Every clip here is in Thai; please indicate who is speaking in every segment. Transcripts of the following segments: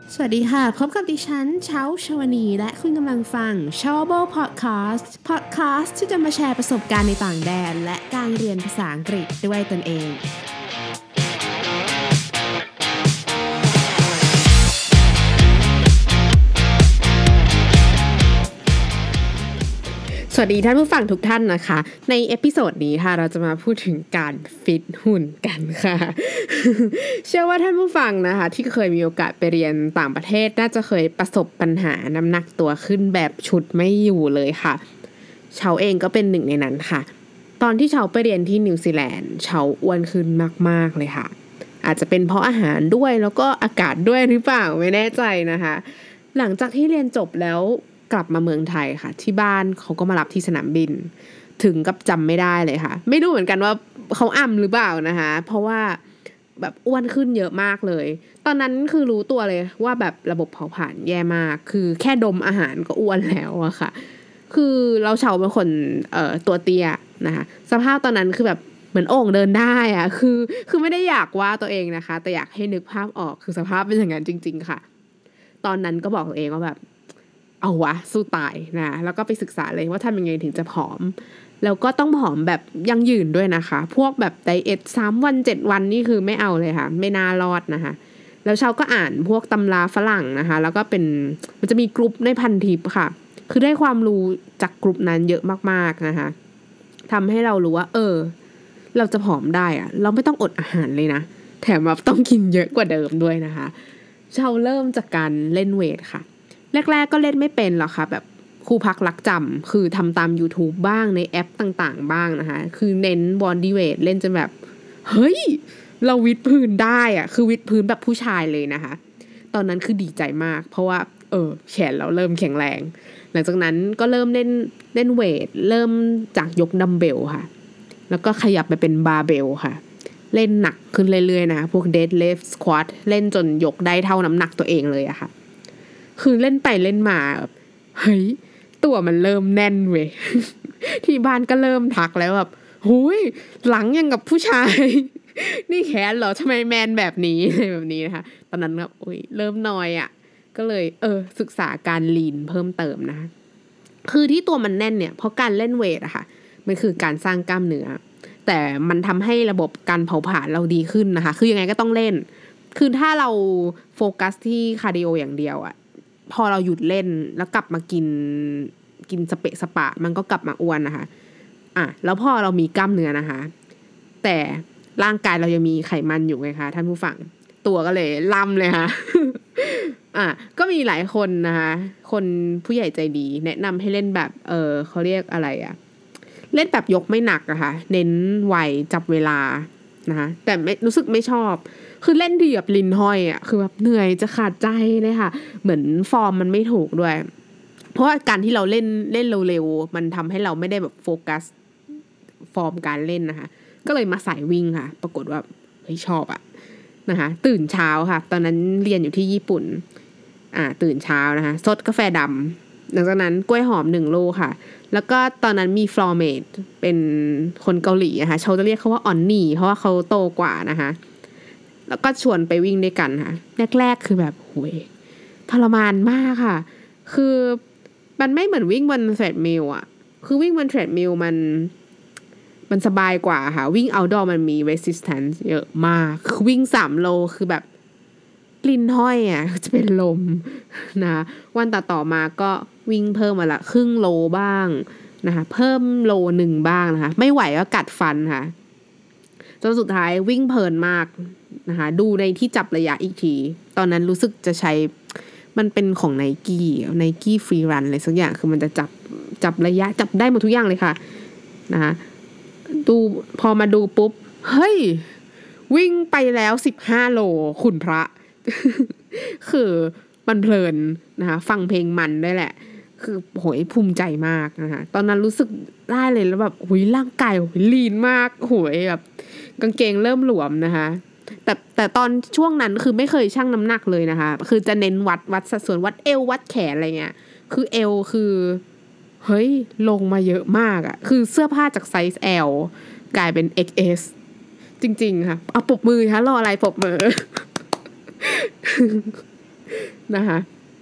Speaker 1: สวัสดีค่ะพบกับดิฉันเช้าชวนีและคุณกำลังฟัง Chowable Podcast ที่จะมาแชร์ประสบการณ์ในต่างแดนและการเรียนภาษาอังกฤษด้วยตนเองสวัสดีท่านผู้ฟังทุกท่านนะคะในเอพิโซดนี้ค่ะเราจะมาพูดถึงการฟิตหุ่นกันค่ะ เชื่อว่าท่านผู้ฟังนะคะที่เคยมีโอกาสไปเรียนต่างประเทศน่าจะเคยประสบปัญหาน้ำหนักตัวขึ้นแบบฉุดไม่อยู่เลยค่ะเชาเองก็เป็นหนึ่งในนั้นค่ะตอนที่เชาไปเรียนที่นิวซีแลนด์เชาอ้วนขึ้นมากๆเลยค่ะอาจจะเป็นเพราะอาหารด้วยแล้วก็อากาศด้วยหรือเปล่าไม่แน่ใจนะคะหลังจากที่เรียนจบแล้วกลับมาเมืองไทยค่ะที่บ้านเขาก็มารับที่สนามบินถึงกับจำไม่ได้เลยค่ะไม่รู้เหมือนกันว่าเขาอำหรือเปล่านะคะเพราะว่าแบบอ้วนขึ้นเยอะมากเลยตอนนั้นคือรู้ตัวเลยว่าแบบระบบเผาผลาญแย่มากคือแค่ดมอาหารก็อ้วนแล้วอะค่ะคือเราเชาเป็นคนตัวเตี้ยนะคะสภาพตอนนั้นคือแบบเหมือนโอ่งเดินได้อะคือไม่ได้อยากว่าตัวเองนะคะแต่อยากให้นึกภาพออกคือสภาพเป็นอย่างนั้นจริงๆค่ะตอนนั้นก็บอกตัวเองว่าแบบเอาวะสู้ตายนะแล้วก็ไปศึกษาเลยว่าทำยังไงถึงจะผอมแล้วก็ต้องผอมแบบยั่งยืนด้วยนะคะพวกแบบไดเอท3 วัน 7 วันนี่คือไม่เอาเลยค่ะไม่น่ารอดนะคะแล้วเชาก็อ่านพวกตำราฝรั่งนะคะแล้วก็เป็นมันจะมีกลุ่มในพันทิปค่ะคือได้ความรู้จากกลุ่มนั้นเยอะมากๆนะคะทำให้เรารู้ว่าเราจะผอมได้อะเราไม่ต้องอดอาหารเลยนะแถมแบบต้องกินเยอะกว่าเดิมด้วยนะคะเชาเริ่มจากการเล่นเวทค่ะแรกๆก็เล่นไม่เป็นหรอกค่ะแบบครูพักรักจำคือทำตาม YouTube บ้างในแอปต่างๆบ้างนะคะคือเน้นบอดี้เวทเล่นจนแบบเฮ้ยเราวิดพื้นได้อะคือวิดพื้นแบบผู้ชายเลยนะคะตอนนั้นคือดีใจมากเพราะว่าแขนเราเริ่มแข็งแรงหลังจากนั้นก็เริ่มเล่นเวทเริ่มจากยกดัมเบลค่ะแล้วก็ขยับไปเป็นบาร์เบลค่ะเล่นหนักขึ้นเรื่อยๆนะคะพวก deadlift squat เล่นจนยกได้เท่าน้ำหนักตัวเองเลยอะค่ะคือเล่นไปเล่นมาแบบเฮ้ยตัวมันเริ่มแน่นเว้ย ที่บ้านก็เริ่มทักแล้วแบบหุยหลังยังกับผู้ชาย นี่แขนเหรอทำไมแมนแบบนี้อะไรแบบนี้นะคะตอนนั้นแบบเริ่มนอยอ่ะก็เลยศึกษาการลีนเพิ่มเติมนะคะคือที่ตัวมันแน่นเนี่ยเพราะการเล่นเวทอะค่ะมันคือการสร้างกล้ามเนื้อแต่มันทำให้ระบบการเผาผลาญเราดีขึ้นนะคะคือยังไงก็ต้องเล่นคือถ้าเราโฟกัสที่คาร์ดิโออย่างเดียวอะพอเราหยุดเล่นแล้วกลับมากินสเปะสปะมันก็กลับมาอ้วนนะคะแล้วพอเรามีกล้ามเนื้อนะคะแต่ร่างกายเรายังมีไขมันอยู่ไงคะท่านผู้ฟังตัวก็เลยล่ำเลยค่ะ ก็มีหลายคนนะคะคนผู้ใหญ่ใจดีแนะนำให้เล่นแบบเขาเรียกอะไรอะเล่นแบบยกไม่หนักอะค่ะเน้นไวจับเวลานะคะแต่ไม่รู้สึกไม่ชอบคือเล่นดีแบบลิ้นห้อยอะคือแบบเหนื่อยจะขาดใจเลยค่ะเหมือนฟอร์มมันไม่ถูกด้วยเพราะว่าการที่เราเล่นเร็วๆมันทำให้เราไม่ได้แบบโฟกัสฟอร์มการเล่นนะคะก็เลยมาสายวิ่งค่ะปรากฏว่าชอบอะนะคะตื่นเช้าค่ะตอนนั้นเรียนอยู่ที่ญี่ปุ่นตื่นเช้านะคะซดกาแฟดำหลังจากนั้นกล้วยหอม1 ลูกค่ะแล้วก็ตอนนั้นมีฟลอร์เมดเป็นคนเกาหลีนะคะเขาจะเรียกเขาว่าออนนี่เพราะว่าเขาโตกว่านะคะแล้วก็ชวนไปวิ่งด้วยกันค่ะแรกๆคือแบบโหยทรมานมากค่ะคือมันไม่เหมือนวิ่งบนเทรดมิลอ่ะคือวิ่งบนเทรดมิลมันสบายกว่าค่ะวิ่งเอาท์ดอร์มันมี resistance เยอะมากคือวิ่ง3 โลคือแบบกลิ้นห้อยอ่ะจะเป็นลมนะวันต่อมาก็วิ่งเพิ่มมาละครึ่งโลบ้างนะคะเพิ่มโล 1บ้างนะคะไม่ไหวก็กัดฟันค่ะจนสุดท้ายวิ่งเพลินมากนะคะดูในที่จับระยะอีกทีตอนนั้นรู้สึกจะใช้มันเป็นของ Nike Free Run อะไรสักอย่างคือมันจะจับระยะจับได้หมดทุกอย่างเลยค่ะนะคะดูพอมาดูปุ๊บเฮ้ยวิ่งไปแล้ว15 โลคุณพระ คือมันเพลินนะคะฟังเพลงมันได้แหละคือโหยภูมิใจมากนะคะตอนนั้นรู้สึกได้เลยแล้วแบบโหยร่างกายโหยลีนมากโหยแบบกางเกงเริ่มหลวมนะคะแต่ตอนช่วงนั้นคือไม่เคยชั่งน้ำหนักเลยนะคะคือจะเน้นวัดสัดส่วนวัดเอววัดแขนอะไรเงี้ยคือเอวคือเฮ้ยลงมาเยอะมากอะคือเสื้อผ้าจากไซส์ L กลายเป็น XS จริงๆค่ะเอาปรบมือค่ะรออะไรปรบมือนะคะ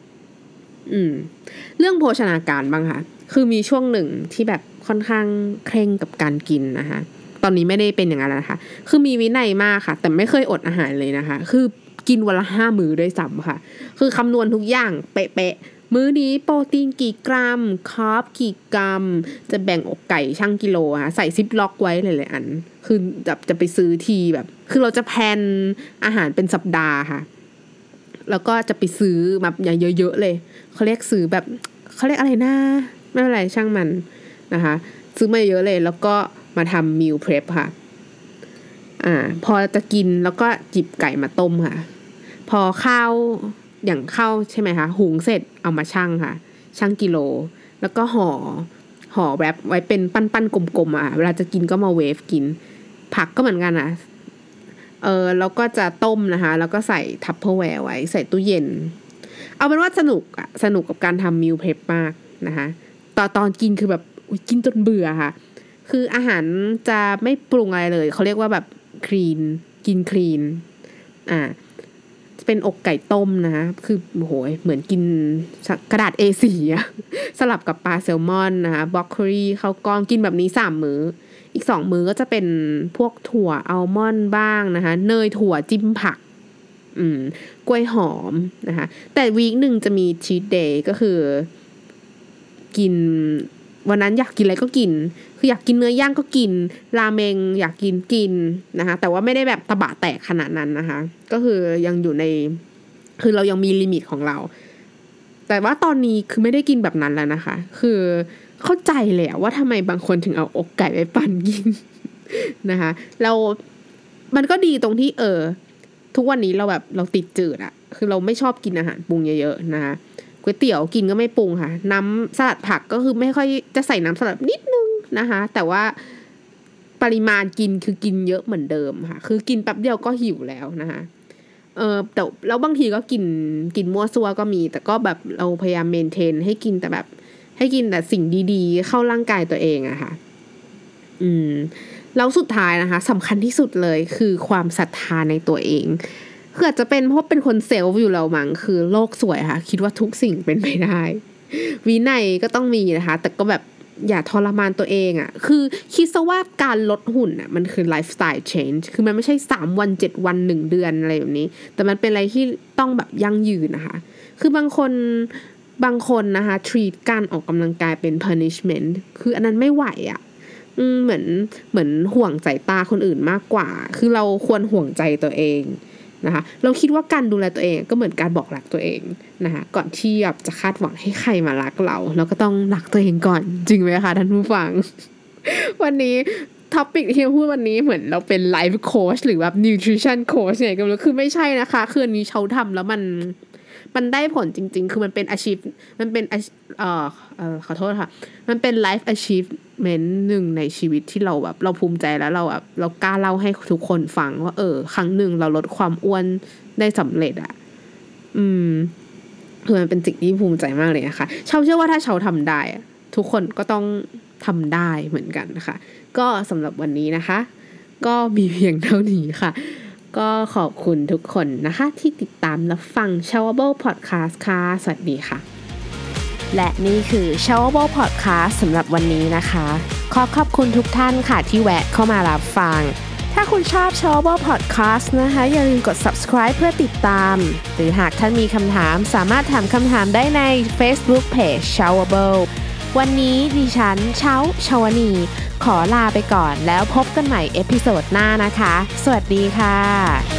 Speaker 1: เรื่องโภชนาการบ้างค่ะคือมีช่วงหนึ่งที่แบบค่อนข้างเคร่งกับการกินนะคะตอนนี้ไม่ได้เป็นอย่างนั้นแล้วนะคะคือมีวินัยมากค่ะแต่ไม่เคยอดอาหารเลยนะคะคือกินวันละ5 มื้อด้วยซ้ำค่ะคือคำนวณทุกอย่างเป๊ะๆมื้อนี้โปรตีนกี่กรัมคาร์บกี่กรัมจะแบ่งอกไก่ชั่งกิโลค่ะใส่ซิปล็อกไว้หลายๆอันคือแบบจะไปซื้อทีแบบคือเราจะแพลนอาหารเป็นสัปดาห์ค่ะแล้วก็จะไปซื้อมาอย่างเยอะๆเลยเขาเรียกซื้อแบบเขาเรียกอะไรนะไม่เป็นไรช่างมันนะคะซื้อมาเยอะเลยแล้วก็มาทำมิลเพรปค่ะพอจะกินแล้วก็จิบไก่มาต้มค่ะพอข้าวอย่างข้าวใช่ไหมคะหุงเสร็จเอามาชั่งค่ะชั่งกิโลแล้วก็ห่อแรปไว้เป็นปั้นๆกลมๆเวลาจะกินก็มาเวฟกินผักก็เหมือนกันแล้วก็จะต้มนะคะแล้วก็ใส่ทัพเปอร์แวร์ไว้ใส่ตู้เย็นเอาเป็นว่าสนุกกับการทำมิลเพรปมากนะคะตอนกินคือแบบกินจนเบื่อค่ะคืออาหารจะไม่ปรุงอะไรเลยเขาเรียกว่าแบบคลีนกินคลีนจะเป็นอกไก่ต้มนะคะคือโอ้โหเหมือนกินกระดาษ A4 สลับกับปลาแซลมอนนะคะบรอกโคลีข้าวกล้องกินแบบนี้3 มื้ออีก2 มื้อก็จะเป็นพวกถั่วอัลมอนด์บ้างนะคะเนยถั่วจิ้มผักกล้วยหอมนะคะแต่วีคนึงจะมีชีทเดย์ก็คือกินวันนั้นอยากกินอะไรก็กินคืออยากกินเนื้อย่างก็กินราเมงอยากกินนะคะแต่ว่าไม่ได้แบบตะบะแตกขนาดนั้นนะคะก็คือยังอยู่ในคือเรายังมีลิมิตของเราแต่ว่าตอนนี้คือไม่ได้กินแบบนั้นแล้วนะคะคือเข้าใจเลยว่าทำไมบางคนถึงเอาอกไก่ไปปั่นกินนะคะมันก็ดีตรงที่ทุกวันนี้เราติดจืดคือเราไม่ชอบกินอาหารปรุงเยอะๆนะคะก๋วยเตี๋ยวกินก็ไม่ปรุงค่ะน้ำสลัดผักก็คือไม่ค่อยจะใส่น้ำสลัดนิดนึงนะคะแต่ว่าปริมาณกินคือกินเยอะเหมือนเดิมค่ะคือกินแป๊บเดียวก็หิวแล้วนะคะแต่แล้วบางทีก็กินมั่วซั่วก็มีแต่ก็แบบเราพยายามเมนเทนให้กินแต่สิ่งดีๆเข้าร่างกายตัวเองอะค่ะแล้วสุดท้ายนะคะสำคัญที่สุดเลยคือความศรัทธาในตัวเองคืออาจจะเป็นเพราะเป็นคนเซลฟ์อยู่แล้วมั้งคือโลกสวยค่ะคิดว่าทุกสิ่งเป็นไปได้วินัยก็ต้องมีนะคะแต่ก็แบบอย่าทรมานตัวเองคือคิดซะว่าการลดหุ่นมันคือไลฟ์สไตล์เชนจ์คือมันไม่ใช่3 วัน7 วัน1 เดือนอะไรแบบนี้แต่มันเป็นอะไรที่ต้องแบบยั่งยืนนะคะคือบางคนนะคะ treat การออกกำลังกายเป็น punishment คืออันนั้นไม่ไหวเหมือนห่วงสายตาคนอื่นมากกว่าคือเราควรห่วงใจตัวเองนะคะเราคิดว่าการดูแลตัวเองก็เหมือนการบอกรักตัวเองนะคะก่อนที่จะคาดหวังให้ใครมารักเราก็ต้องรักตัวเองก่อนจริงไหมคะท่านผู้ฟัง วันนี้ท็อปิกที่พูดวันนี้เหมือนเราเป็นไลฟ์โค้ชหรือแบบนิวทริชั่นโค้ชเนี่ยก็ไม่รู้คือไม่ใช่นะคะคืออันนี้เขาทำแล้วมันได้ผลจริงๆคือมันเป็นอาชีพมันเป็นขอโทษค่ะมันเป็น life achievement หนึ่งในชีวิตที่เราแบบเราภูมิใจแล้วเรากล้าเล่าให้ทุกคนฟังว่าครั้งหนึ่งเราลดความอ้วนได้สำเร็จคือมันเป็นสิ่งที่ภูมิใจมากเลยนะคะเชื่อว่าถ้าทำได้ทุกคนก็ต้องทำได้เหมือนกันนะคะก็สำหรับวันนี้นะคะก็มีเพียงเท่านี้ค่ะก็ขอบคุณทุกคนนะคะที่ติดตามรับฟัง Chowable Podcast ค่ะสวัสดีค่ะและนี่คือ Chowable Podcast สำหรับวันนี้นะคะขอบคุณทุกท่านค่ะที่แวะเข้ามารับฟังถ้าคุณชอบ Chowable Podcast นะคะอย่าลืมกด subscribe เพื่อติดตามหรือหากท่านมีคำถามสามารถถามคำถามได้ใน Facebook Page Chowable วันนี้ดิฉันชวนีขอลาไปก่อนแล้วพบกันใหม่เอพิโซดหน้านะคะสวัสดีค่ะ